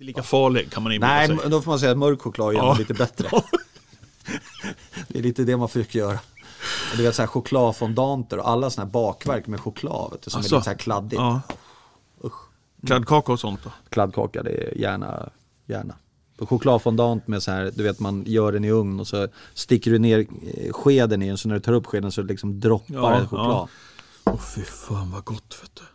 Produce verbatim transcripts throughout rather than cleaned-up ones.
Inte lika farlig kan man inte Nej, säga. då får man säga att mörk choklad är ja. lite bättre. Det är lite det man försöker göra. Du vet så här chokladfondanter och alla såna här bakverk med choklad vet du, som alltså, är lite så här kladdigt. Ja. Usch. Kladdkaka och sånt då? Kladdkaka, det är gärna, gärna. På chokladfondant med så här, du vet man gör den i ugn och så sticker du ner skeden i den så när du tar upp skeden så liksom droppar ja, det choklad. Åh ja. oh, fy fan vad gott vet du.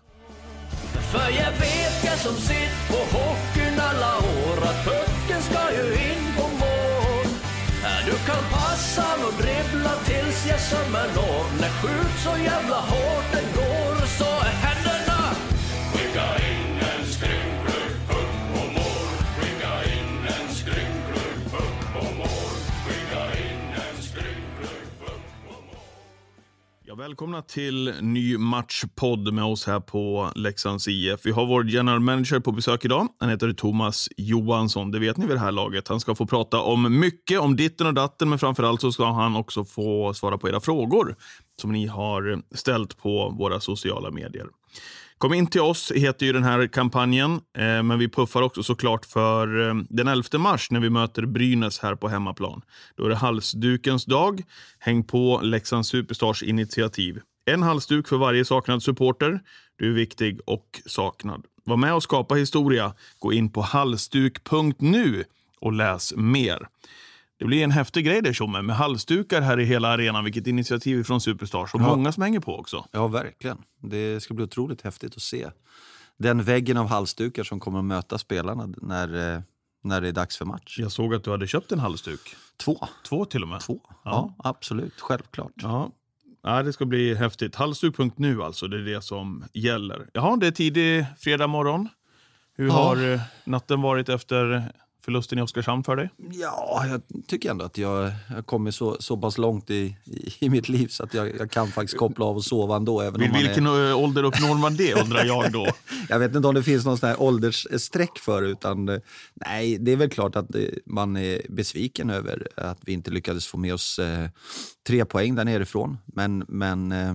För jag vet jag som sitter på hockeyn alla år att pucken ska ju in på mål. Du kan passa och dribbla tills jag sömmer når. När skjut så jävla hårt den går så är händerna. Skicka in en skrynklig puck på mål. Skicka in en skrynklig puck på mål. Skicka in en skrynklig puck på mål. Ja, välkomna till ny matchpodd med oss här på Leksands I F. Vi har vår general manager på besök idag. Han heter Thomas Johansson, det vet ni vid det här laget. Han ska få prata om mycket, om ditten och datten, men framförallt så ska han också få svara på era frågor som ni har ställt på våra sociala medier. Kom in till oss heter ju den här kampanjen, eh, men vi puffar också såklart för eh, den elfte mars när vi möter Brynäs här på hemmaplan. Då är det halsdukens dag. Häng på Leksands Superstars initiativ. En halsduk för varje saknad supporter. Du är viktig och saknad. Var med och skapa historia. Gå in på halsduk punkt nu och läs mer. Det blir en häftig grej där, Tjomme, med halsdukar här i hela arenan. Vilket initiativ från Superstars och ja. många som hänger på också. Ja, verkligen. Det ska bli otroligt häftigt att se den väggen av halsdukar som kommer att möta spelarna när, när det är dags för match. Jag såg att du hade köpt en halsduk. Två. Två till och med. Två, ja, ja absolut. Självklart. Ja. Ja, det ska bli häftigt. halsduk punkt nu alltså, det är det som gäller. Jaha, det är tidig fredag morgon. Hur ja. har natten varit efter förlusten i Oskarshamn för dig? Ja, jag tycker ändå att jag har kommit så, så pass långt i, i, i mitt liv så att jag, jag kan faktiskt koppla av och sova ändå. Även Vid om man vilken är... ålder uppnår man det, undrar jag då? Jag vet inte om det finns någon sån här ålderssträck för utan nej, det är väl klart att man är besviken över att vi inte lyckades få med oss eh, tre poäng där nerifrån. Men, men eh,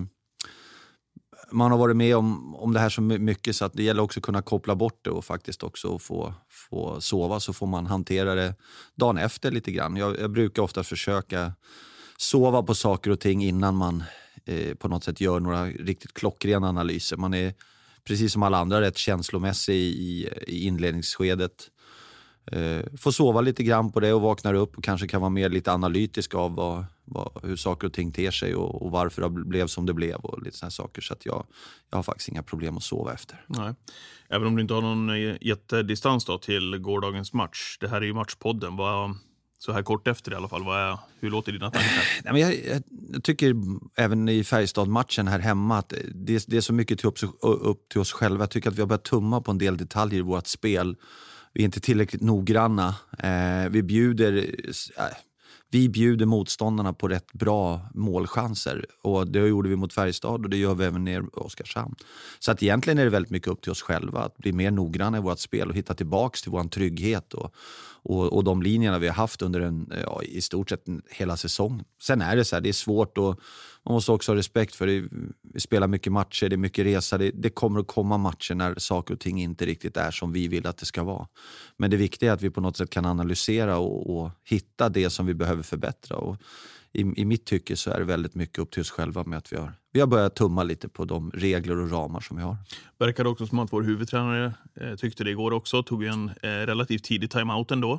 man har varit med om, om det här så mycket så att det gäller också att kunna koppla bort det och faktiskt också få, få sova, så får man hantera det dagen efter lite grann. Jag, jag brukar ofta försöka sova på saker och ting innan man eh, på något sätt gör några riktigt klockrena analyser. Man är precis som alla andra rätt känslomässig i, i inledningsskedet. Eh, får sova lite grann på det och vaknar upp och kanske kan vara mer lite analytisk av vad, vad, hur saker och ting ter sig och, och varför det blev som det blev och lite sådana saker. Så att jag, jag har faktiskt inga problem att sova efter. Nej. Även om du inte har någon jättedistans då till gårdagens match. Det här är ju matchpodden. Vad, så här kort efter i alla fall. Vad är, hur låter dina tankar? Nej, men jag, jag, jag tycker även i Färjestad-matchen här hemma att det, det är så mycket till upp, upp till oss själva. Jag tycker att vi har börjat tumma på en del detaljer i vårt spel. Vi är inte tillräckligt noggranna. Eh, vi bjuder eh, vi bjuder motståndarna på rätt bra målchanser. Och det gjorde vi mot Färjestad och det gör vi även ner i Oskarshamn. Så att egentligen är det väldigt mycket upp till oss själva att bli mer noggranna i vårt spel och hitta tillbaks till vår trygghet och, och, och de linjerna vi har haft under en, ja, i stort sett hela säsongen. Sen är det så här, det är svårt och man måste också ha respekt för det. Vi spelar mycket matcher, det är mycket resa. Det, det kommer att komma matcher när saker och ting inte riktigt är som vi vill att det ska vara. Men det viktiga är att vi på något sätt kan analysera och, och hitta det som vi behöver förbättra. Och i, i mitt tycke så är det väldigt mycket upp till oss själva med att vi har, vi har börjat tumma lite på de regler och ramar som vi har. Verkar också som att vår huvudtränare eh, tyckte det igår också. Tog en eh, relativt tidig timeout ändå.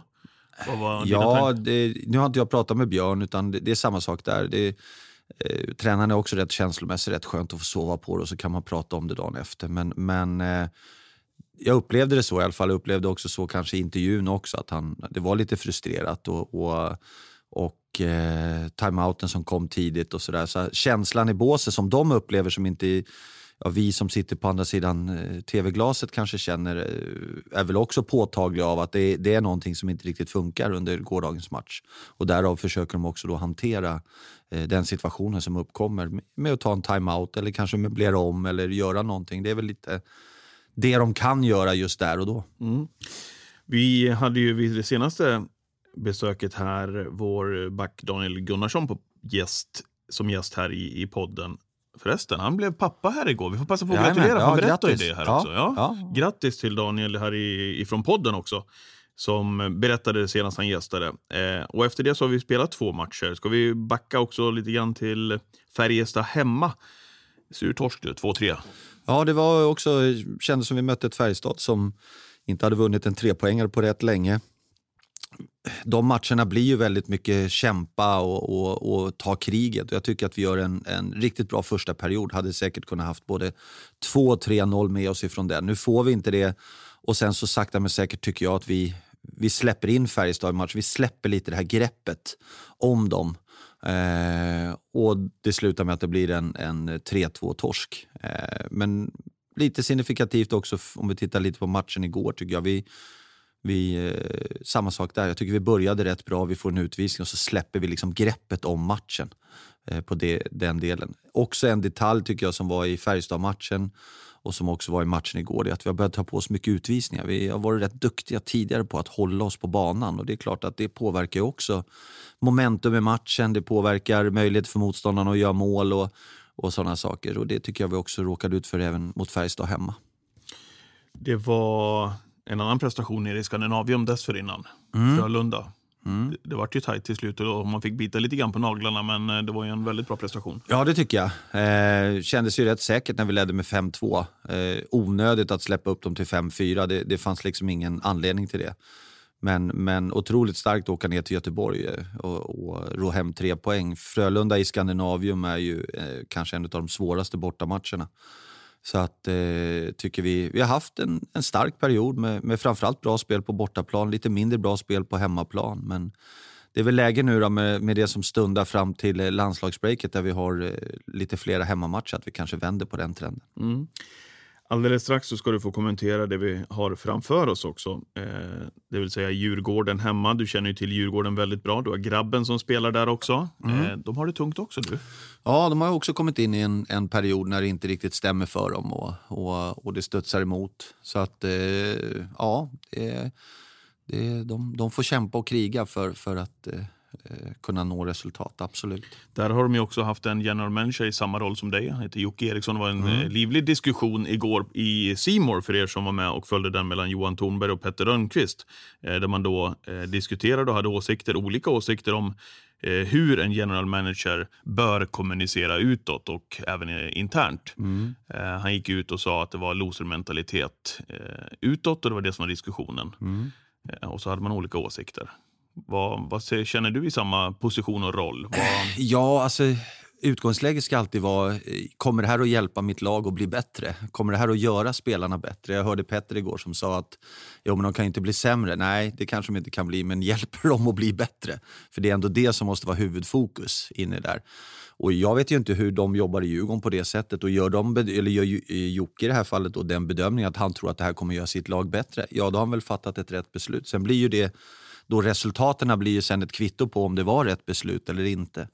Ja, det, nu har inte jag pratat med Björn utan det, det är samma sak där. Det Eh, tränaren är också rätt känslomässigt rätt skönt att få sova på det och så kan man prata om det dagen efter. Men, men eh, jag upplevde det så i alla fall. Jag upplevde också så kanske i intervjun också att han, det var lite frustrerat och, och, och eh, timeouten som kom tidigt och sådär. Så känslan i båset som de upplever som inte ja, vi som sitter på andra sidan eh, tv-glaset kanske känner eh, är väl också påtaglig av att det, det är någonting som inte riktigt funkar under gårdagens match. Och därav försöker de också då hantera eh, den situationen som uppkommer med, med att ta en timeout eller kanske möblera om eller göra någonting. Det är väl lite det de kan göra just där och då. Mm. Vi hade ju vid det senaste besöket här vår back Daniel Gunnarsson på gäst, som gäst här i, i podden. Förresten, han blev pappa här igår. Vi får passa på att ja, gratulera, ja, han berättade ju grattis. det här ja, också. Ja. Ja. Grattis till Daniel här i, ifrån podden också, som berättade det senast han gästade. Eh, och efter det så har vi spelat två matcher. Ska vi backa också lite grann till Färjestad hemma? Sur torsk, två tre. Ja, det var också, kändes som vi mötte ett Färjestad som inte hade vunnit en trepoängare på rätt länge. De matcherna blir ju väldigt mycket kämpa och, och, och ta kriget. Jag tycker att vi gör en, en riktigt bra första period. Hade säkert kunnat haft både två tre noll med oss ifrån den. Nu får vi inte det. Och sen så sakta men säkert tycker jag att vi, vi släpper in Färjestad i match. Vi släpper lite det här greppet om dem. Eh, och det slutar med att det blir en, en tre två torsk. Eh, men lite signifikativt också om vi tittar lite på matchen igår tycker jag. Vi... Vi, eh, samma sak där. Jag tycker vi började rätt bra. Vi får en utvisning och så släpper vi liksom greppet om matchen eh, på det, den delen. Också en detalj tycker jag som var i Färjestad-matchen och som också var i matchen igår. Det är att vi har börjat ta på oss mycket utvisningar. Vi har varit rätt duktiga tidigare på att hålla oss på banan. Och det är klart att det påverkar också momentum i matchen. Det påverkar möjlighet för motståndarna att göra mål och, och sådana saker. Och det tycker jag vi också råkade ut för även mot Färjestad hemma. Det var... En annan prestation nere i Skandinavium dessförinnan. Mm. Frölunda. Mm. Det, det var ju tajt till slut och man fick bita lite grann på naglarna, men det var ju en väldigt bra prestation. Ja, det tycker jag. Eh, kändes ju rätt säkert när vi ledde med fem två. Eh, onödigt att släppa upp dem till fem fyra. Det, det fanns liksom ingen anledning till det. Men, men otroligt starkt att åka ner till Göteborg och, och ro hem tre poäng. Frölunda i Skandinavium är ju eh, kanske en av de svåraste bortamatcherna. Så att eh, tycker vi, vi har haft en, en stark period med, med framförallt bra spel på bortaplan, lite mindre bra spel på hemmaplan. Men det är väl läge nu då med, med det som stundar fram till landslagsbreaket där vi har eh, lite flera hemmamatcher, att vi kanske vänder på den trenden. Mm. Alldeles strax så ska du få kommentera det vi har framför oss också. Eh, det vill säga Djurgården hemma. Du känner ju till Djurgården väldigt bra. Du har grabben som spelar där också. Mm. Eh, de har det tungt också, du. Ja, de har också kommit in i en, en period när det inte riktigt stämmer för dem och, och, och det studsar emot. Så att, eh, ja, det, det, de, de får kämpa och kriga för, för att eh, kunna nå resultat, absolut. Där har de ju också haft en general manager i samma roll som dig. Han heter Jocke Eriksson. Det var en mm. livlig diskussion igår i C More för er som var med och följde den mellan Johan Thornberg och Petter Rönnqvist. Där man då diskuterade och hade åsikter, olika åsikter om hur en general manager bör kommunicera utåt och även internt. Mm. Han gick ut och sa att det var losermentalitet utåt och det var det som var diskussionen. Mm. Och så hade man olika åsikter. Vad, vad känner du i samma position och roll? Vad... Ja, alltså utgångsläget ska alltid vara, kommer det här att hjälpa mitt lag att bli bättre? Kommer det här att göra spelarna bättre? Jag hörde Petter igår som sa att jo, men de kan inte bli sämre. Nej, det kanske de inte kan bli, men hjälper de att bli bättre? För det är ändå det som måste vara huvudfokus inne där. Och jag vet ju inte hur de jobbar i Djurgården på det sättet. Och gör de, eller gör Jocke i det här fallet och den bedömningen att han tror att det här kommer göra sitt lag bättre. Ja, då har han väl fattat ett rätt beslut. Sen blir ju det, då resultaten blir ju sen ett kvitto på om det var rätt beslut eller inte.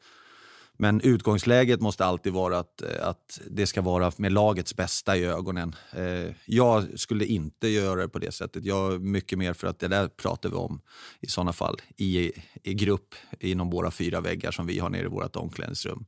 Men utgångsläget måste alltid vara att, att det ska vara med lagets bästa i ögonen. Eh, jag skulle inte göra det på det sättet. Jag är mycket mer för att det där pratar vi om i sådana fall i, i grupp inom våra fyra väggar som vi har nere i vårt omklädningsrum.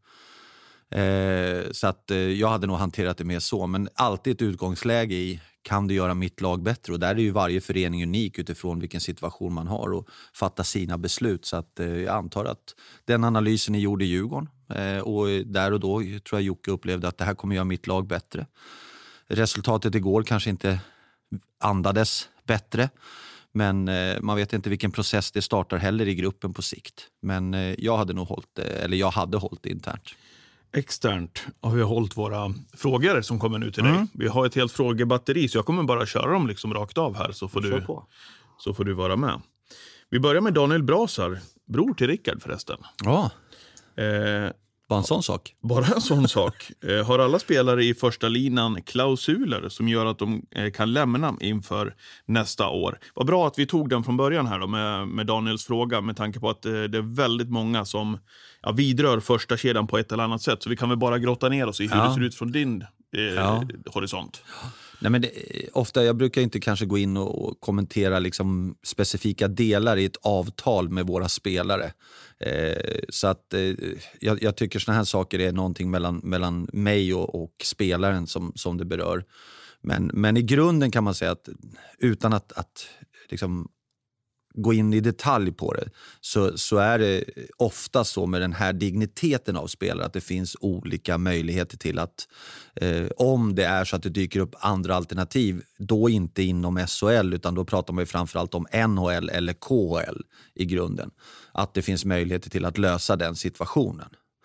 Eh, så att eh, jag hade nog hanterat det mer så. Men alltid ett utgångsläge i kan det göra mitt lag bättre? Och där är ju varje förening unik utifrån vilken situation man har och fatta sina beslut. Så att eh, jag antar att den analysen är gjord i Djurgården. Eh, och där och då tror jag Jocke upplevde att det här kommer göra mitt lag bättre. Resultatet igår kanske inte andades bättre. Men eh, man vet inte vilken process det startar heller i gruppen på sikt. Men eh, jag hade nog hållit det, eller jag hade hållit det internt. Externt har vi hållit våra frågor som kommer nu till dig. Mm. Vi har ett helt frågebatteri så jag kommer bara köra dem liksom rakt av här så får, du, så får du vara med. Vi börjar med Daniel Brasar, bror till Rickard förresten. Ja, eh, bara en sån sak. Bara en sån sak. Eh, har alla spelare i första linan klausuler som gör att de eh, kan lämna inför nästa år? Vad bra att vi tog den från början här då med, med Daniels fråga med tanke på att eh, det är väldigt många som ja, vidrör första kedjan på ett eller annat sätt. Så vi kan väl bara grotta ner oss i hur ja. det ser ut från din eh, ja. horisont. Nej, men det, ofta, jag brukar inte kanske gå in och, och kommentera liksom specifika delar i ett avtal med våra spelare. Eh, så att eh, jag, jag tycker såna här saker är någonting mellan, mellan mig och, och spelaren som, som det berör. Men, men i grunden kan man säga att utan att, att liksom gå in i detalj på det så, så är det ofta så med den här digniteten av spelare att det finns olika möjligheter till att eh, om det är så att det dyker upp andra alternativ, då inte inom S H L utan då pratar man ju framförallt om N H L eller K H L i grunden. Att det finns möjligheter till att lösa den situationen.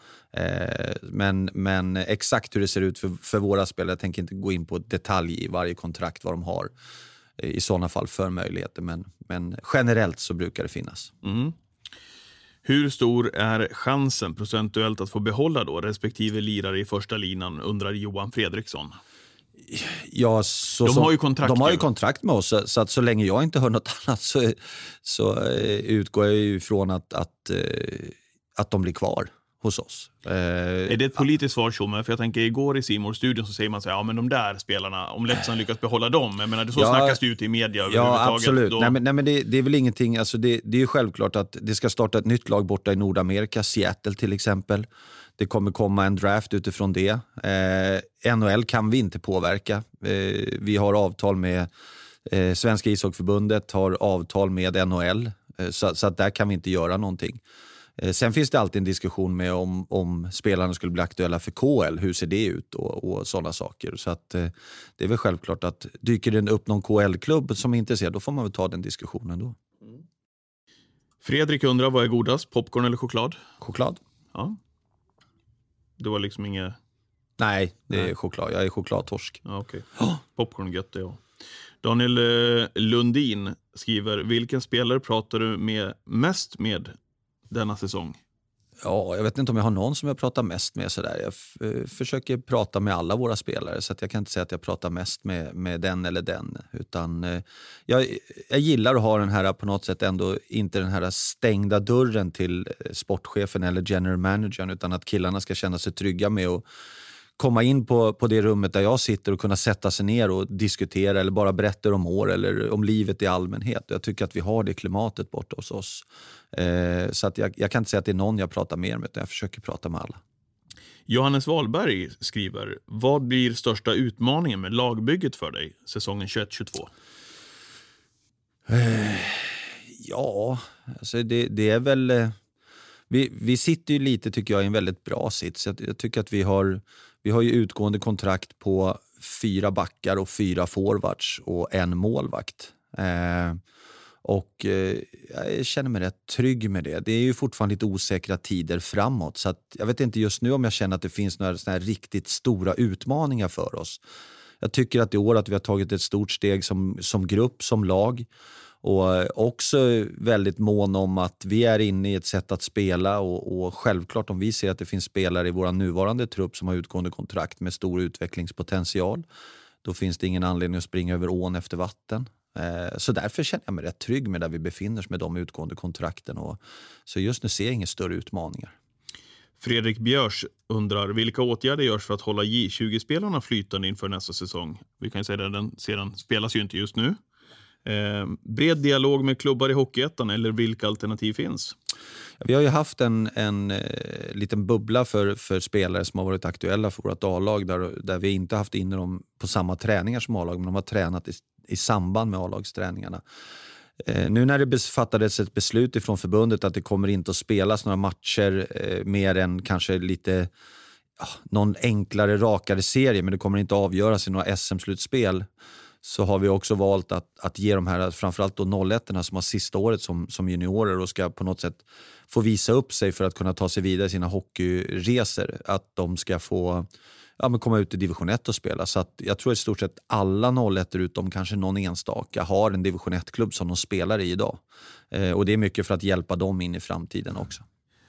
Eh, men, men exakt hur det ser ut för, för våra spelare, jag tänker inte gå in på detalj i varje kontrakt vad de har i sådana fall för möjligheter, men, men generellt så brukar det finnas. Mm. Hur stor är chansen procentuellt att få behålla då respektive lirare i första linan, undrar Johan Fredriksson? Ja, så, de, så, har ju kontrakt, de har ju kontrakt med oss, så, så att så länge jag inte hör något annat så, så uh, utgår jag ju ifrån att, att, uh, att de blir kvar hos oss. Eh, är det ett politiskt svar, Tjomme? För jag tänker igår i C More studion så säger man så här, ja men de där spelarna, om Leksand lyckas behålla dem, jag menar det så ja, snackas det ut i media överhuvudtaget. Ja, absolut. Då... Nej, men, nej, men det, det är väl ingenting, alltså det, det är ju självklart att det ska starta ett nytt lag borta i Nordamerika, Seattle till exempel. Det kommer komma en draft utifrån det. Eh, N H L kan vi inte påverka. Eh, vi har avtal med eh, Svenska ishockeyförbundet, har avtal med N H L, eh, så, så att där kan vi inte göra någonting. Sen finns det alltid en diskussion med om, om spelarna skulle bli aktuella för K L. Hur ser det ut och, och sådana saker. Så att, eh, det är väl självklart att dyker det upp någon K L-klubb som är intresserad, då får man väl ta den diskussionen då. Mm. Fredrik undrar, vad är godast? Popcorn eller choklad? Choklad. Ja. Det var liksom inget... Nej, det Nej. är choklad. Jag är chokladtorsk. Ja, okej. Okay. Oh. Popcorn gött det, ja. Daniel eh, Lundin skriver, vilken spelare pratar du med mest med denna säsong? Ja, jag vet inte om jag har någon som jag pratar mest med sådär. Jag f- försöker prata med alla våra spelare, så att jag kan inte säga att jag pratar mest med, med den eller den. Utan eh, jag, jag gillar att ha den här på något sätt ändå inte den här stängda dörren till sportchefen eller general managern, utan att killarna ska känna sig trygga med att komma in på, på det rummet där jag sitter och kunna sätta sig ner och diskutera eller bara berätta om år eller om livet i allmänhet. Jag tycker att vi har det klimatet borta hos oss. Eh, så att jag, jag kan inte säga att det är någon jag pratar mer med, utan jag försöker prata med alla. Johannes Wahlberg skriver, vad blir största utmaningen med lagbygget för dig säsongen tjugoett tjugotvå? Eh, ja, alltså det, det är väl... Eh, vi, vi sitter ju lite, tycker jag, i en väldigt bra sits. Jag, jag tycker att vi har... Vi har ju utgående kontrakt på fyra backar och fyra forwards och en målvakt. Eh, och eh, jag känner mig rätt trygg med det. Det är ju fortfarande lite osäkra tider framåt. Så att jag vet inte just nu om jag känner att det finns några såna här riktigt stora utmaningar för oss. Jag tycker att i år att vi har tagit ett stort steg som, som grupp, som lag. Och också väldigt mån om att vi är inne i ett sätt att spela och, och självklart om vi ser att det finns spelare i vår nuvarande trupp som har utgående kontrakt med stor utvecklingspotential, då finns det ingen anledning att springa över ån efter vatten. Eh, så därför känner jag mig rätt trygg med där vi befinner oss med de utgående kontrakten. Och, så just nu ser jag inga större utmaningar. Fredrik Björs undrar, vilka åtgärder görs för att hålla J tjugo-spelarna flytande inför nästa säsong? Vi kan ju säga att den sedan spelas ju inte just nu. Eh, bred dialog med klubbar i Hockeyettan, eller vilka alternativ finns? Vi har ju haft en, en eh, liten bubbla för, för spelare som har varit aktuella för vårt A-lag där, där vi inte haft in dem på samma träningar som A-lag, men de har tränat i, i samband med A-lagsträningarna. Eh, nu när det fattades ett beslut ifrån förbundet att det kommer inte att spelas några matcher eh, mer än kanske lite ja, någon enklare, rakare serie, men det kommer inte avgöras i några S M-slutspel, så har vi också valt att, att ge de här, framförallt då noll ettorna som har sista året som, som juniorer och ska på något sätt få visa upp sig för att kunna ta sig vidare i sina hockeyresor, att de ska få ja, men komma ut i division ett och spela. Så att jag tror i stort sett alla noll ettor utom kanske någon enstaka har en division ett-klubb som de spelar i idag. Eh, och det är mycket för att hjälpa dem in i framtiden också.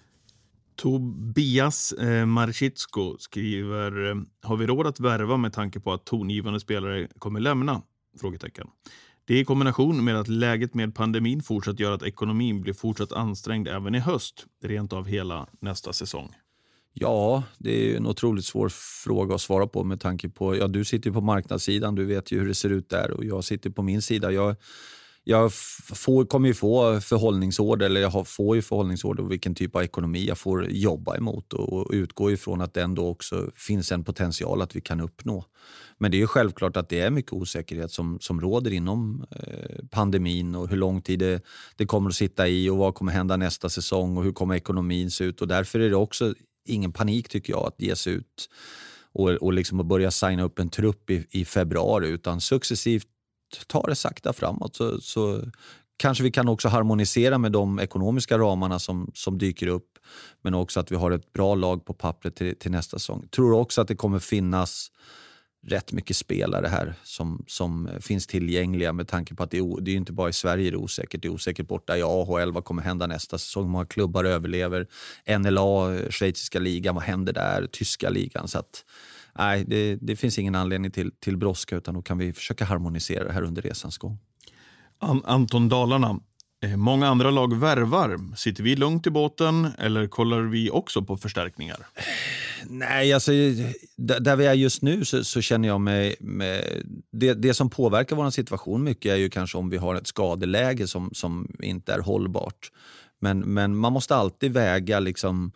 Tobias eh, Marchitsko skriver, har vi råd att värva med tanke på att tongivande spelare kommer lämna? Frågetecken. Det är i kombination med att läget med pandemin fortsatt gör att ekonomin blir fortsatt ansträngd även i höst, rent av hela nästa säsong. Ja, det är en otroligt svår fråga att svara på med tanke på, ja, du sitter på marknadssidan, du vet ju hur det ser ut där, och jag sitter på min sida. Jag, jag får, kommer ju få förhållningsorder, eller jag har, får ju förhållningsorder och vilken typ av ekonomi jag får jobba emot, och, och utgår ifrån att det ändå också finns en potential att vi kan uppnå. Men det är ju självklart att det är mycket osäkerhet som, som råder inom eh, pandemin, och hur lång tid det, det kommer att sitta i, och vad kommer hända nästa säsong, och hur kommer ekonomin se ut. Och därför är det också ingen panik, tycker jag, att ge sig ut och, och liksom att börja signa upp en trupp i, i februari, utan successivt ta det sakta framåt, så, så kanske vi kan också harmonisera med de ekonomiska ramarna som, som dyker upp, men också att vi har ett bra lag på pappret till, till nästa säsong. Tror också att det kommer finnas rätt mycket spelare här som, som finns tillgängliga, med tanke på att det är, det är inte bara i Sverige det är osäkert, det är osäkert borta i A H L, vad kommer hända nästa säsong, många klubbar överlever, N L A, schweiziska ligan, vad händer där, tyska ligan, så att nej, det, det finns ingen anledning till, till brådska, utan då kan vi försöka harmonisera det här under resans gång. An- Anton Dalarna, många andra lag värvar. Sitter vi lugnt i båten, eller kollar vi också på förstärkningar? Nej, alltså där vi är just nu så, så känner jag mig med, det, det som påverkar vår situation mycket är ju kanske om vi har ett skadeläge som, som inte är hållbart. Men, men man måste alltid väga liksom,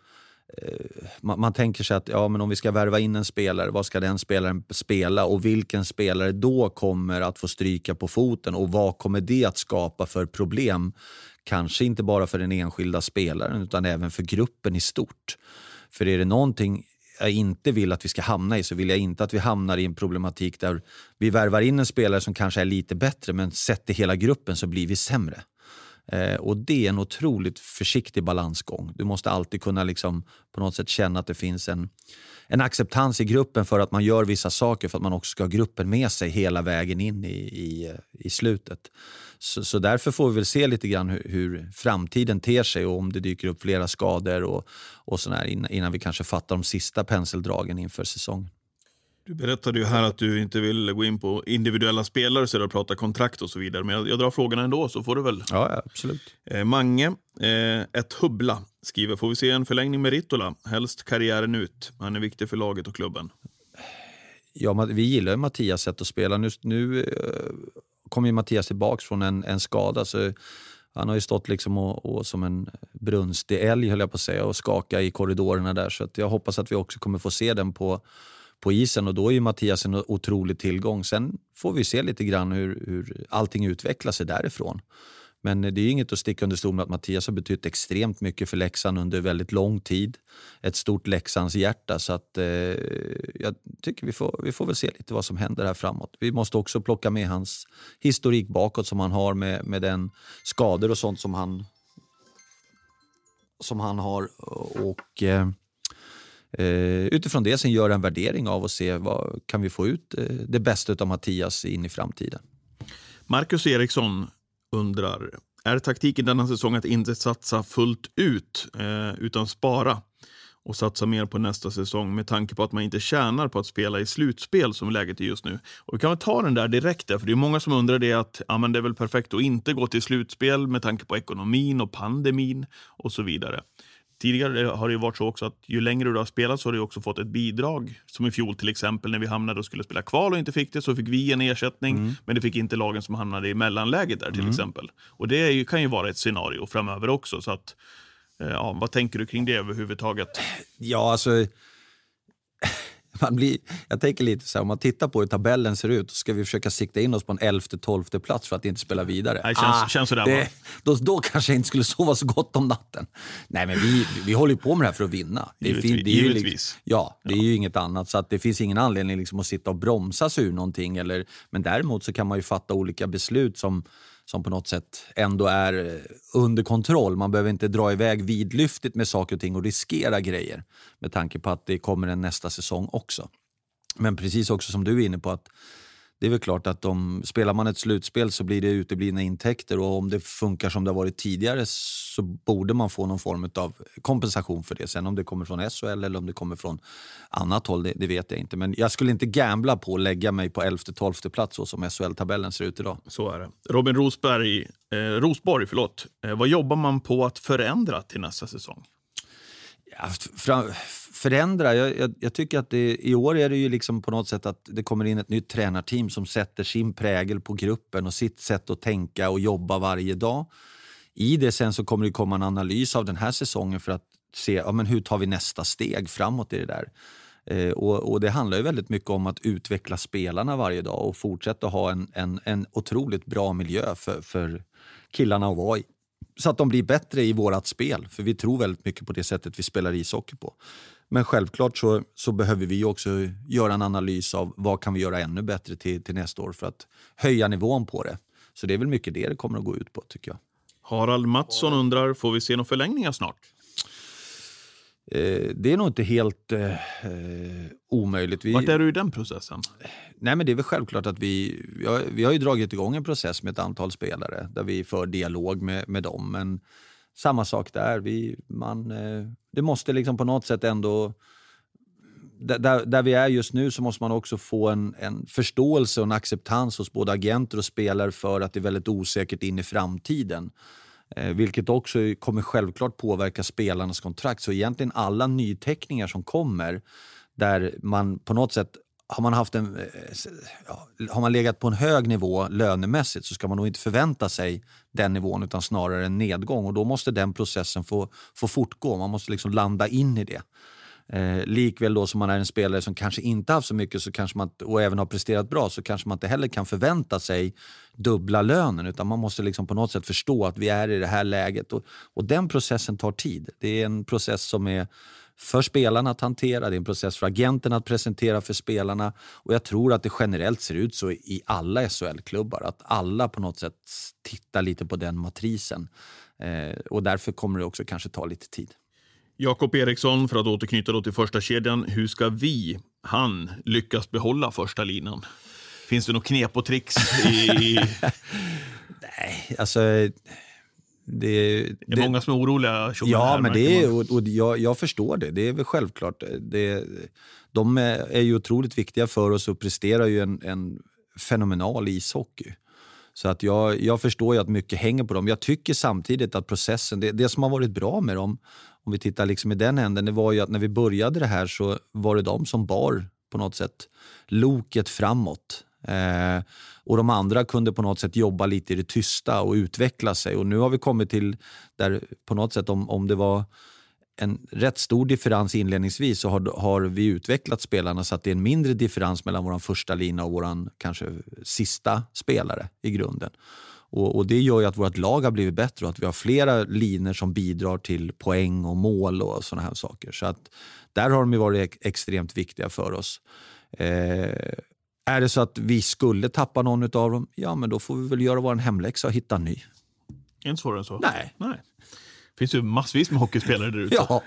eh, man, man tänker sig att ja, men om vi ska värva in en spelare, vad ska den spelaren spela, och vilken spelare då kommer att få stryka på foten, och vad kommer det att skapa för problem? Kanske inte bara för den enskilda spelaren, utan även för gruppen i stort. För är det någonting jag inte vill att vi ska hamna i, så vill jag inte att vi hamnar i en problematik där vi värvar in en spelare som kanske är lite bättre, men sett i hela gruppen så blir vi sämre. Eh, och det är en otroligt försiktig balansgång. Du måste alltid kunna liksom på något sätt känna att det finns en, en acceptans i gruppen för att man gör vissa saker, för att man också ska ha gruppen med sig hela vägen in i, i, i slutet. Så, så därför får vi väl se lite grann hur, hur framtiden ter sig, och om det dyker upp flera skador och, och sådär, innan, innan vi kanske fattar de sista penseldragen inför säsongen. Du berättade ju här att du inte vill gå in på individuella spelare så och prata kontrakt och så vidare. Men jag, jag drar frågorna ändå, så får du väl. Ja, ja absolut. Eh, Mange, eh, ett hubbla, skriver: får vi se en förlängning med Rittola? Helst karriären ut. Han är viktig för laget och klubben. Ja, vi gillar ju Mattias sätt att spela. Nu, nu eh, kommer ju Mattias tillbaka från en, en skada, så han har ju stått liksom och, och som en brunstig älg, höll jag på att säga, och skaka i korridorerna där. Så att jag hoppas att vi också kommer få se den på på isen, och då är ju Mattias en otrolig tillgång. Sen får vi se lite grann hur, hur allting utvecklar sig därifrån. Men det är ju inget att sticka under stol med att Mattias har betytt extremt mycket för Leksand under väldigt lång tid. Ett stort Leksands hjärta, så att eh, jag tycker vi får, vi får väl se lite vad som händer här framåt. Vi måste också plocka med hans historik bakåt som han har med, med den skador och sånt som han som han har, och eh, Uh, utifrån det sen gör en värdering av och se vad kan vi få ut uh, det bästa av Mattias in i framtiden. Marcus Eriksson undrar: är taktiken denna säsong att inte satsa fullt ut uh, utan spara och satsa mer på nästa säsong, med tanke på att man inte tjänar på att spela i slutspel som läget är just nu? Och vi kan väl ta den där direkt där, för det är många som undrar det, att ja, men det är väl perfekt att inte gå till slutspel med tanke på ekonomin och pandemin och så vidare. Tidigare har det ju varit så också att ju längre du har spelat så har du också fått ett bidrag. Som i fjol till exempel, när vi hamnade och skulle spela kval och inte fick det, så fick vi en ersättning. Mm. Men det fick inte lagen som hamnade i mellanläget där till mm. exempel. Och det är ju, kan ju vara ett scenario framöver också. Så att, ja, vad tänker du kring det överhuvudtaget? Ja, alltså... Man blir, jag tänker lite så här, om man tittar på hur tabellen ser ut, så ska vi försöka sikta in oss på en elfte, tolfte plats för att inte spela vidare. Nej, känns, ah, känns sådär, det, då, då kanske jag inte skulle sova så gott om natten. Nej, men vi, vi håller ju på med det här för att vinna. Det är, givetvis, det är ju givetvis. Liksom, ja, det ja. är ju inget annat. Så att det finns ingen anledning liksom att sitta och bromsa sig ur någonting. Eller, men däremot så kan man ju fatta olika beslut som, som på något sätt ändå är under kontroll. Man behöver inte dra iväg vidlyftigt med saker och ting och riskera grejer, med tanke på att det kommer en nästa säsong också. Men precis också som du är inne på, att det är väl klart att om spelar man ett slutspel så blir det uteblivna intäkter, och om det funkar som det har varit tidigare så borde man få någon form av kompensation för det. Sen om det kommer från S H L eller om det kommer från annat håll, det, det vet jag inte. Men jag skulle inte gambla på att lägga mig på elfte, tolfte plats så som S H L-tabellen ser ut idag. Så är det. Robin Rosberg, eh, Rosborg, förlåt. Eh, vad jobbar man på att förändra till nästa säsong? Ja, fram, förändra. Jag, jag, jag tycker att det, i år är det ju liksom på något sätt att det kommer in ett nytt tränarteam som sätter sin prägel på gruppen och sitt sätt att tänka och jobba varje dag. I det sen så kommer det komma en analys av den här säsongen för att se ja, men hur tar vi nästa steg framåt i det där. Eh, och, och det handlar ju väldigt mycket om att utveckla spelarna varje dag och fortsätta ha en, en, en otroligt bra miljö för, för killarna att vara i. Så att de blir bättre i vårat spel. För vi tror väldigt mycket på det sättet vi spelar ishockey på. Men självklart så, så behöver vi också göra en analys av vad kan vi göra ännu bättre till, till nästa år för att höja nivån på det. Så det är väl mycket det det kommer att gå ut på, tycker jag. Harald Mattsson undrar, får vi se några förlängningar snart? Eh, det är nog inte helt eh, omöjligt. Vi... Vart är du i den processen? Nej, men det är väl självklart att vi, vi, har, vi har ju dragit igång en process med ett antal spelare där vi för dialog med, med dem. Men samma sak där. Vi, man, eh, det måste liksom på något sätt ändå... Där, där vi är just nu så måste man också få en, en förståelse och en acceptans hos både agenter och spelare för att det är väldigt osäkert in i framtiden. Eh, vilket också kommer självklart påverka spelarnas kontrakt. Så egentligen alla nyteckningar som kommer där man på något sätt har man haft en ja, har man legat på en hög nivå lönemässigt så ska man nog inte förvänta sig den nivån utan snarare en nedgång. Och då måste den processen få, få fortgå. Man måste liksom landa in i det. Eh, likväl då som man är en spelare som kanske inte haft så mycket så kanske man, och även har presterat bra så kanske man inte heller kan förvänta sig dubbla lönen utan man måste liksom på något sätt förstå att vi är i det här läget och, och den processen tar tid. Det är en process som är för spelarna att hantera, det är en process för agenten att presentera för spelarna och jag tror att det generellt ser ut så i alla S H L-klubbar att alla på något sätt tittar lite på den matrisen eh, och därför kommer det också kanske ta lite tid. Jakob Eriksson, för att återknyta då till första kedjan. Hur ska vi, han, lyckas behålla första linan? Finns det något knep och tricks? I... Nej, alltså... Det, det är det, många som är oroliga. Ja, här, men det är, och, och jag, jag förstår det. Det är väl självklart. Det, de är, är ju otroligt viktiga för oss och presterar ju en, en fenomenal ishockey. Så att jag, jag förstår ju att mycket hänger på dem. Jag tycker samtidigt att processen, det, det som har varit bra med dem, om vi tittar liksom i den änden, det var ju att när vi började det här så var det de som bar på något sätt loket framåt. Eh, och de andra kunde på något sätt jobba lite i det tysta och utveckla sig. Och nu har vi kommit till där på något sätt om, om det var en rätt stor differens inledningsvis så har, har vi utvecklat spelarna så att det är en mindre differens mellan vår första lina och vår kanske sista spelare i grunden. Och, och det gör ju att vårt lag har blivit bättre och att vi har flera linjer som bidrar till poäng och mål och såna här saker. Så att där har de ju varit extremt viktiga för oss. Eh, är det så att vi skulle tappa någon av dem, ja men då får vi väl göra vår hemläxa och hitta en ny. Inte svårare än så? Nej. Nej. Det finns ju massvis med hockeyspelare där ute. Ja.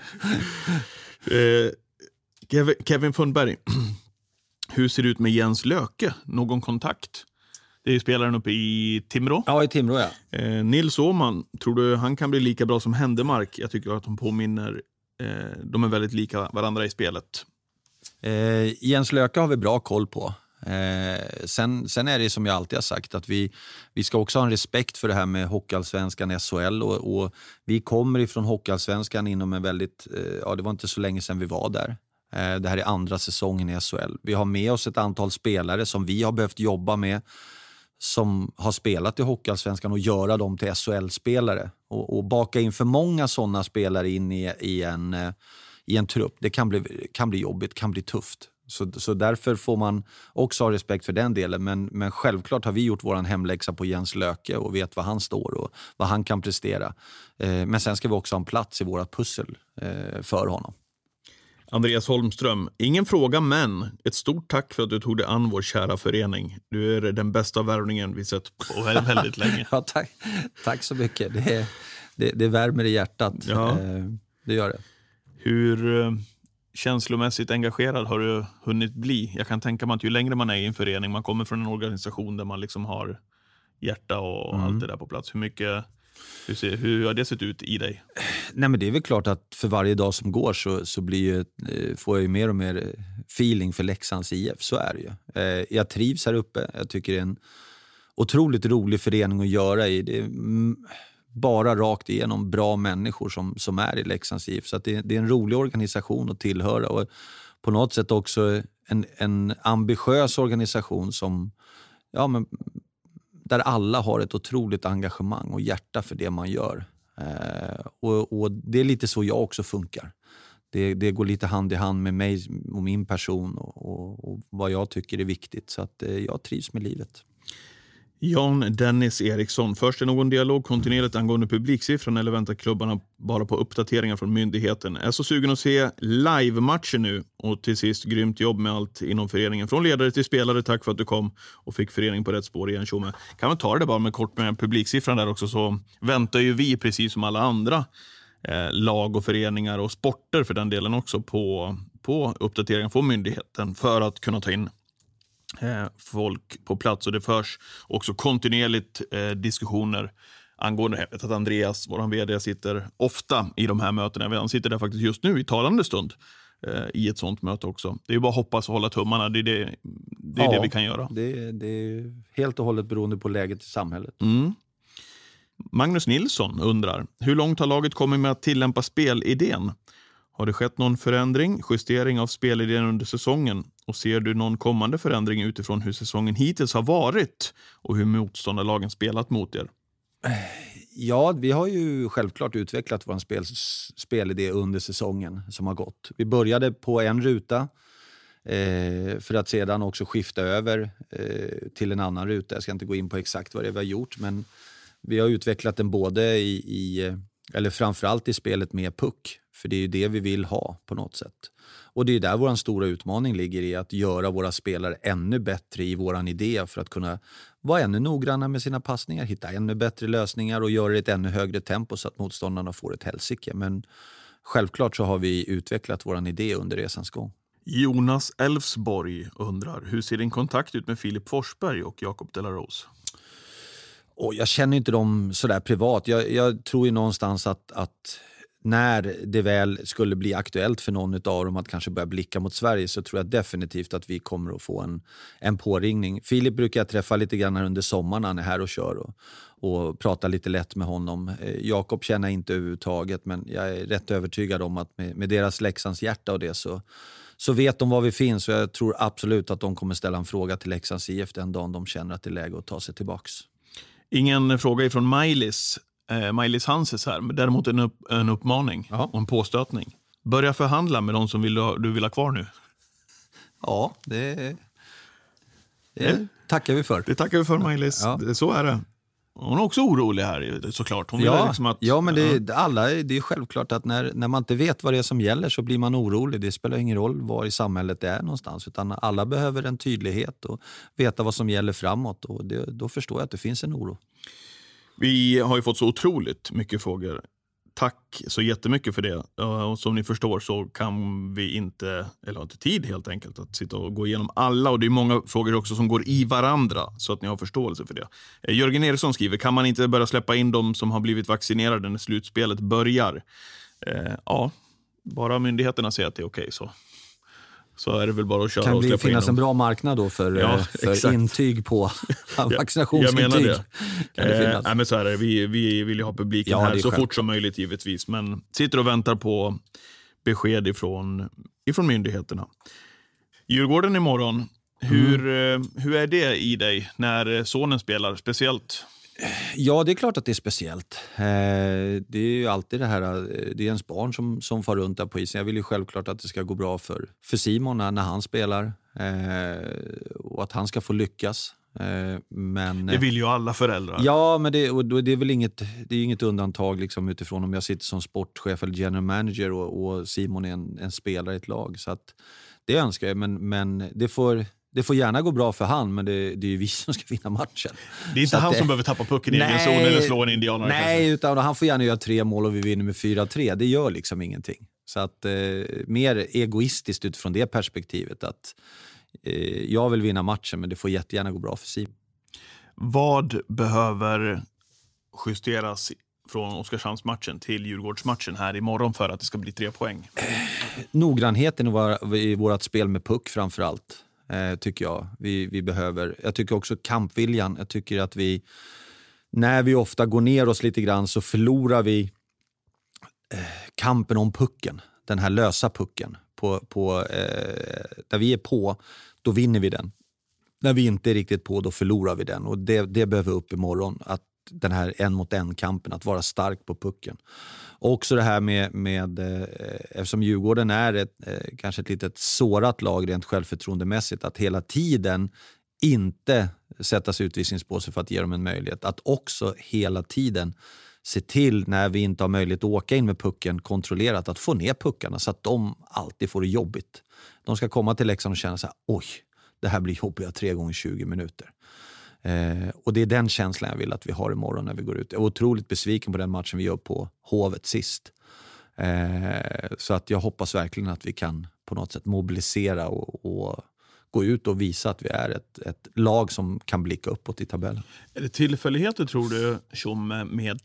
eh, Kevin Fundberg, hur ser det ut med Jens Löke? Någon kontakt? Det är ju spelaren uppe i Timrå. Ja, i Timrå, ja. Eh, Nils Åhman, tror du han kan bli lika bra som Händemark? Jag tycker att de påminner, eh, de är väldigt lika varandra i spelet. Eh, Jens Löke har vi bra koll på. Eh, sen, sen är det som jag alltid har sagt att vi, vi ska också ha en respekt för det här med Hockeyallsvenskan, S H L och, och vi kommer ifrån Hockeyallsvenskan inom en väldigt, eh, ja det var inte så länge sedan vi var där. Eh, det här är andra säsongen i S H L. Vi har med oss ett antal spelare som vi har behövt jobba med som har spelat i Hockeyallsvenskan och göra dem till S H L-spelare och, och baka in för många sådana spelare in i, i, en, eh, i en trupp. Det kan bli, kan bli jobbigt, kan bli tufft. Så, så därför får man också ha respekt för den delen. Men, men självklart har vi gjort våran hemläxa på Jens Löke och vet vad han står och vad han kan prestera. Eh, men sen ska vi också ha en plats i våra pussel eh, för honom. Andreas Holmström, ingen fråga men ett stort tack för att du tog dig an vår kära förening. Du är den bästa värvningen vi sett på väldigt, väldigt länge. Ja, tack. Tack så mycket. Det, det, det värmer i hjärtat. Ja. Eh, det gör det. Hur... Eh... känslomässigt engagerad har du hunnit bli? Jag kan tänka mig att ju längre man är i en förening, man kommer från en organisation där man liksom har hjärta och mm. allt det där på plats. Hur mycket, hur, ser, hur har det sett ut i dig? Nej, men det är väl klart att för varje dag som går så, så blir ju, får jag ju mer och mer feeling för Leksands I F. Så är det ju. Jag trivs här uppe. Jag tycker det är en otroligt rolig förening att göra i. Det är bara rakt igenom bra människor som, som är i Leksands I F. Så att det, det är en rolig organisation att tillhöra och på något sätt också en, en ambitiös organisation som, ja, men, där alla har ett otroligt engagemang och hjärta för det man gör. Eh, och, och det är lite så jag också funkar. Det, det går lite hand i hand med mig och min person och, och, och vad jag tycker är viktigt. Så att eh, jag trivs med livet. Jan Dennis Eriksson, först är någon dialog kontinuerligt angående publiksiffran eller väntar klubbarna bara på uppdateringar från myndigheten? Är så sugen att se live-matcher nu och till sist grymt jobb med allt inom föreningen. Från ledare till spelare, tack för att du kom och fick föreningen på rätt spår igen. Tjomme. Kan man ta det bara med kort med publiksiffran där också, så väntar ju vi precis som alla andra eh, lag och föreningar och sporter för den delen också på, på uppdateringar från myndigheten för att kunna ta in folk på plats, och det förs också kontinuerligt eh, diskussioner angående det. Att Andreas, vår vd, sitter ofta i de här mötena. Han sitter där faktiskt just nu i talande stund eh, i ett sånt möte också. Det är ju bara att hoppas och hålla tummarna. Det är det, det, är ja, det vi kan göra. Det, det är helt och hållet beroende på läget i samhället. Mm. Magnus Nilsson undrar, hur långt har laget kommit med att tillämpa spelidén? Har det skett någon förändring, justering av spelidén under säsongen? Och ser du någon kommande förändring utifrån hur säsongen hittills har varit och hur motståndarlagen spelat mot er? Ja, vi har ju självklart utvecklat vår spel, spelidé under säsongen som har gått. Vi började på en ruta eh, för att sedan också skifta över eh, till en annan ruta. Jag ska inte gå in på exakt vad det är vi har gjort, men vi har utvecklat den både i, i eller framförallt i spelet med puck. För det är ju det vi vill ha på något sätt. Och det är där vår stora utmaning ligger i att göra våra spelare ännu bättre i våran idé för att kunna vara ännu noggranna med sina passningar, hitta ännu bättre lösningar och göra det ett ännu högre tempo så att motståndarna får ett helsike. Men självklart så har vi utvecklat våran idé under resans gång. Jonas Elfsborg undrar, hur ser din kontakt ut med Filip Forsberg och Jacob de la Rose? Och jag känner inte dem sådär privat. Jag, jag tror ju någonstans att, att när det väl skulle bli aktuellt för någon av dem att kanske börja blicka mot Sverige, så tror jag definitivt att vi kommer att få en, en påringning. Filip brukar jag träffa lite grann under sommaren när han är här och kör och, och prata lite lätt med honom. Jakob känner jag inte överhuvudtaget, men jag är rätt övertygad om att med, med deras Leksands hjärta och det så, så vet de var vi finns, och jag tror absolut att de kommer ställa en fråga till Leksands I F den dagen de känner att det är läge att ta sig tillbaks. Ingen fråga ifrån Maj-Lis. Eh, Maj-Lis Hanses här, men däremot en, upp, en uppmaning ja. och en påstötning. Börja förhandla med de som vill, du vill ha kvar nu. Ja, det, det tackar vi för. Det tackar vi för, Maj-Lis. Ja. Så är det. Hon är också orolig här, såklart. Hon vill ja, liksom att, ja, men det, alla, det är självklart att när, när man inte vet vad det är som gäller så blir man orolig. Det spelar ingen roll var i samhället det är någonstans, utan alla behöver en tydlighet och veta vad som gäller framåt, och det, då förstår jag att det finns en oro. Vi har ju fått så otroligt mycket frågor. Tack så jättemycket för det. Och som ni förstår så kan vi inte, eller har inte tid helt enkelt, att sitta och gå igenom alla. Och det är många frågor också som går i varandra, så att ni har förståelse för det. Jörgen Eriksson skriver, kan man inte börja släppa in de som har blivit vaccinerade när slutspelet börjar? Eh, ja, bara myndigheterna säger att det är okej så. Så är det väl bara att köra kan och släppa in dem. Kan det finnas en bra marknad då för, ja, för intyg på vaccinationsintyg? Jag menar det. Kan det finnas? Eh, nej, men så är det. Vi, vi vill ju ha publiken ja, här så fort som möjligt givetvis. Men sitter och väntar på besked ifrån, ifrån myndigheterna. Djurgården imorgon. Hur, mm. hur är det i dig när sonen spelar speciellt? Ja, det är klart att det är speciellt. Det är ju alltid det här, det är ens barn som, som far runt där på isen. Jag vill ju självklart att det ska gå bra för, för Simon när, när han spelar och att han ska få lyckas. Men, det vill ju alla föräldrar. Ja, men det, och det är väl inget, det är inget undantag liksom utifrån om jag sitter som sportchef eller general manager och, och Simon är en, en spelare i ett lag. Så att det önskar jag, men, men det får... Det får gärna gå bra för han, men det, det är ju vi som ska vinna matchen. Det är inte så han det, som behöver tappa pucken i egen zon eller slå en indianare. Nej, kanske. Utan han får gärna göra tre mål och vi vinner med fyra tre. Det gör liksom ingenting. Så att eh, mer egoistiskt utifrån det perspektivet att eh, jag vill vinna matchen, men det får jättegärna gå bra för Simon. Vad behöver justeras från Oskarshamnsmatchen till Djurgårdsmatchen här imorgon för att det ska bli tre poäng? Eh, noggrannheten i, våra, i vårat spel med puck framförallt. Eh, tycker jag vi, vi behöver. Jag tycker också kampviljan. Jag tycker att vi när vi ofta går ner oss lite grann så förlorar vi eh, kampen om pucken. Den här lösa pucken. På, på, eh, där vi är på, då vinner vi den. När vi inte är riktigt på, då förlorar vi den. Och det, det behöver upp imorgon. Att den här en mot en kampen, att vara stark på pucken. Och också det här med, med eh, eftersom Djurgården är ett, eh, kanske ett litet sårat lag rent självförtroendemässigt, att hela tiden inte sättas utvisningspåse för att ge dem en möjlighet. Att också hela tiden se till när vi inte har möjlighet att åka in med pucken kontrollerat, att få ner puckarna så att de alltid får det jobbigt. De ska komma till Leksand och känna så här, oj, det här blir jobbigt tre gånger tjugo minuter. Eh, och det är den känslan jag vill att vi har imorgon när vi går ut. Jag var otroligt besviken på den matchen vi gör på Hovet sist. Eh, så att jag hoppas verkligen att vi kan på något sätt mobilisera och, och gå ut och visa att vi är ett, ett lag som kan blicka uppåt i tabellen. Är det tillfälligheter, tror du, som med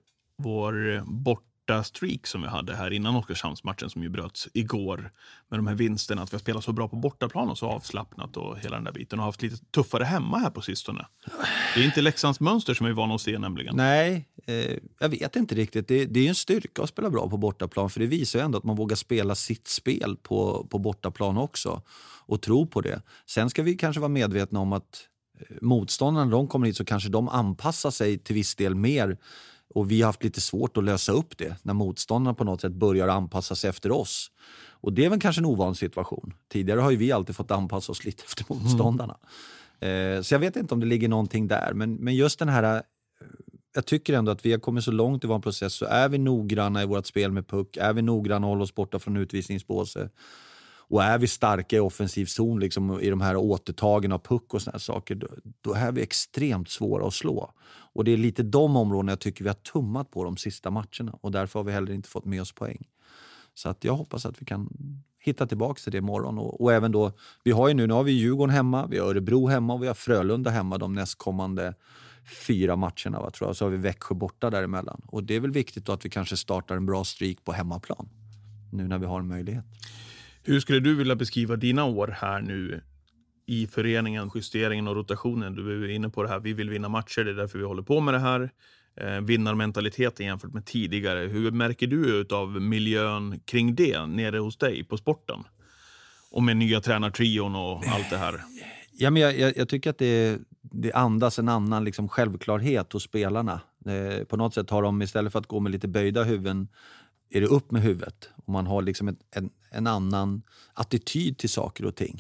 vår borta streak som vi hade här innan Oskarshamnsmatchen som ju bröts igår med de här vinsterna, att vi har spelat så bra på bortaplan och så avslappnat och hela den där biten och haft lite tuffare hemma här på sistone? Det är inte Leksands mönster som vi är vana att se nämligen. Nej, eh, jag vet inte riktigt. Det, det är ju en styrka att spela bra på bortaplan, för det visar ju ändå att man vågar spela sitt spel på, på bortaplan också och tro på det. Sen ska vi kanske vara medvetna om att motståndarna, när de kommer hit så kanske de anpassar sig till viss del mer. Och vi har haft lite svårt att lösa upp det när motståndarna på något sätt börjar anpassa sig efter oss. Och det är väl kanske en ovan situation. Tidigare har ju vi alltid fått anpassa oss lite efter motståndarna. Mm. Eh, så jag vet inte om det ligger någonting där. Men, men just den här, jag tycker ändå att vi har kommit så långt i vår process, så är vi noggranna i vårt spel med puck. Är vi noggranna och håller oss borta från utvisningsbåse. Och är vi starka i offensiv zon liksom, i de här återtagen av puck och såna här saker, då, då är vi extremt svåra att slå. Och det är lite de områdena jag tycker vi har tummat på de sista matcherna. Och därför har vi heller inte fått med oss poäng. Så att jag hoppas att vi kan hitta tillbaka till det imorgon. Och, och även då, vi har ju nu, nu har vi Djurgården hemma, vi har Örebro hemma och vi har Frölunda hemma de nästkommande fyra matcherna. Va, tror jag. Så har vi Växjö borta däremellan. Och det är väl viktigt då att vi kanske startar en bra streak på hemmaplan. Nu när vi har en möjlighet. Hur skulle du vilja beskriva dina år här nu i föreningen, justeringen och rotationen? Du är inne på det här, vi vill vinna matcher, det är därför vi håller på med det här. Eh, vinnarmentaliteten jämfört med tidigare. Hur märker du av miljön kring det nere hos dig på sporten? Och med nya tränartrion och allt det här. Ja, men jag, jag, jag tycker att det, det andas en annan liksom självklarhet hos spelarna. Eh, på något sätt har de, istället för att gå med lite böjda huvuden, är det upp med huvudet. Och man har liksom ett, en, en annan attityd till saker och ting.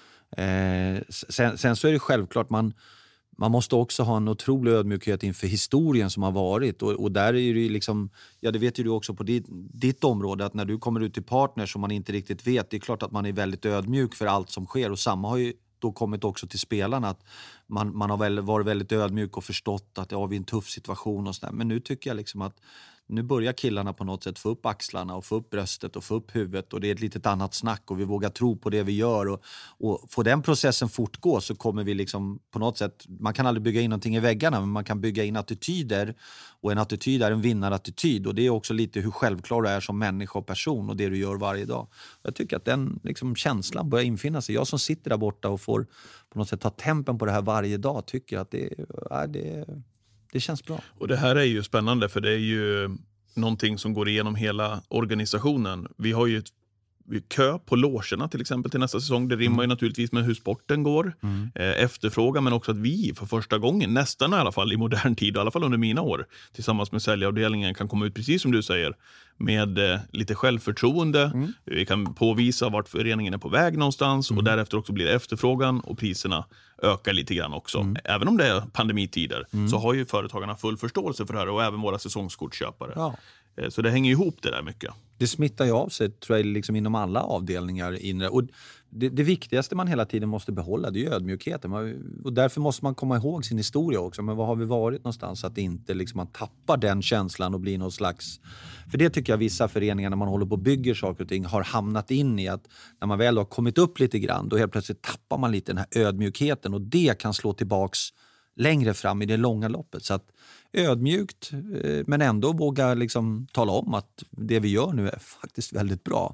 Eh, sen, sen så är det självklart, man, man måste också ha en otrolig ödmjukhet inför historien som har varit. Och, och där är det liksom, ja det vet ju du också på ditt, ditt område, att när du kommer ut till partners som man inte riktigt vet, det är klart att man är väldigt ödmjuk för allt som sker. Och samma har ju då kommit också till spelarna, att man, man har väl, varit väldigt ödmjuk och förstått att ja, vi är i en tuff situation och sådär. Men nu tycker jag liksom att nu börjar killarna på något sätt få upp axlarna och få upp bröstet och få upp huvudet, och det är ett litet annat snack och vi vågar tro på det vi gör, och, och får den processen fortgå så kommer vi liksom på något sätt, man kan aldrig bygga in någonting i väggarna, men man kan bygga in attityder, och en attityd är en vinnarattityd, och det är också lite hur självklar du är som människa och person och det du gör varje dag. Jag tycker att den liksom känslan börjar infinna sig. Jag som sitter där borta och får på något sätt ta tempen på det här varje dag tycker att det är det Det känns bra. Och det här är ju spännande, för det är ju någonting som går igenom hela organisationen. Vi har ju ett kö på logerna till exempel till nästa säsong. Det rimmar mm. ju naturligtvis med hur sporten går. Mm. Eh, efterfrågan, men också att vi för första gången, nästan i alla fall i modern tid, i alla fall under mina år, tillsammans med säljavdelningen kan komma ut, precis som du säger, med eh, lite självförtroende. Mm. Vi kan påvisa vart föreningen är på väg någonstans mm. och därefter också blir det efterfrågan och priserna ökar lite grann också. Mm. Även om det är pandemitider mm. så har ju företagarna full förståelse för det här, och även våra säsongskortköpare. Ja. Eh, så det hänger ihop det där mycket. Det smittar ju av sig, tror jag, liksom inom alla avdelningar inre. Och det, det viktigaste man hela tiden måste behålla, det är ju ödmjukheten. Och därför måste man komma ihåg sin historia också. Men vad har vi varit någonstans, så att inte liksom man tappar den känslan och blir någon slags... För det tycker jag vissa föreningar, när man håller på och bygger saker och ting, har hamnat in i, att när man väl har kommit upp lite grann, då helt plötsligt tappar man lite den här ödmjukheten, och det kan slå tillbaks längre fram i det långa loppet. Så att ödmjukt, men ändå våga liksom tala om att det vi gör nu är faktiskt väldigt bra.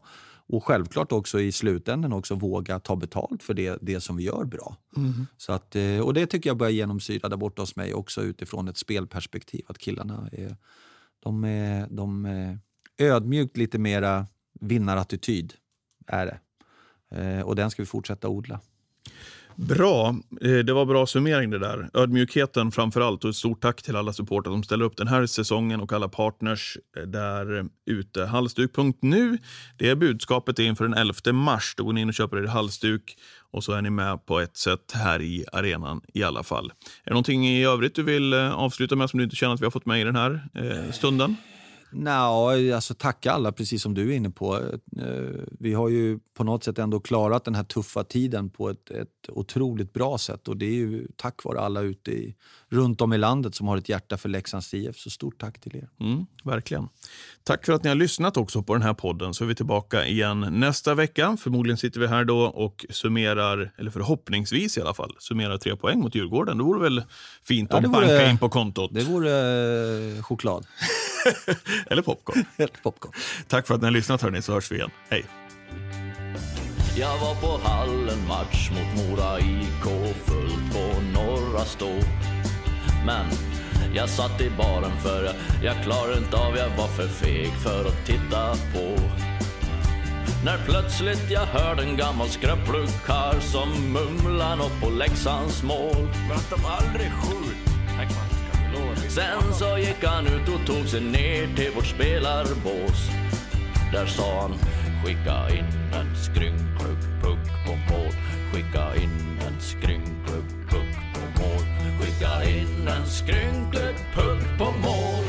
Och självklart också i slutändan också våga ta betalt för det, det som vi gör bra. Mm. Så att, och det tycker jag börjar genomsyra där borta hos mig också utifrån ett spelperspektiv. Att killarna är, de är, de är ödmjukt lite mera vinnarattityd är det. Och den ska vi fortsätta odla. Bra, det var bra summering det där. Ödmjukheten framförallt och ett stort tack till alla supportrar som ställer upp den här säsongen och alla partners där ute. Halsduk punkt nu, det är budskapet inför den elfte mars. Då går ni in och köper er halsduk och så är ni med på ett sätt här i arenan i alla fall. Är det någonting i övrigt du vill avsluta med som du inte känner att vi har fått med i den här eh, stunden? Nej, alltså tacka alla precis som du är inne på. Vi har ju på något sätt ändå klarat den här tuffa tiden på ett, ett otroligt bra sätt. Och det är ju tack vare alla ute i, runt om i landet som har ett hjärta för Leksands I F. Så stort tack till er. Mm, verkligen. Tack för att ni har lyssnat också på den här podden. Så är vi tillbaka igen nästa vecka. Förmodligen sitter vi här då och summerar, eller förhoppningsvis i alla fall, summerar tre poäng mot Djurgården. Det vore väl fint ja, att banka in på kontot. Det vore eh, choklad. Eller popcorn. Eller popcorn. Tack för att ni har lyssnat hörni, så hörs vi igen. Hej. Jag var på hallen match mot Mora I K, fullt på norra stå. Men jag satt i baren för jag, jag klarade inte av, jag var för feg för att titta på. När plötsligt jag hörde en gammal skröplig karl som mumlar något på Leksands mål. Men att de aldrig skjut. Sen så gick han ut och tog sig ner till vårt spelarbås. Där sa han, skicka in en skrynklig puck på mål. Skicka in en skrynklig puck på mål. Skicka in en skrynklig puck på mål.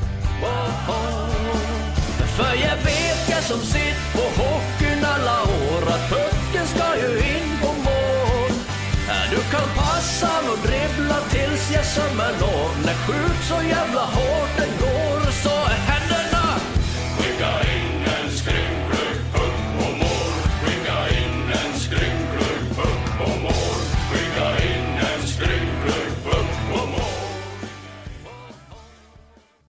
Woho. För jag vet jag som sitt på hockeyn alla år att pucken ska ju in på mål. Du kan passa och dribbla tills jag sömmer lov. När skjut så jävla hårt den går.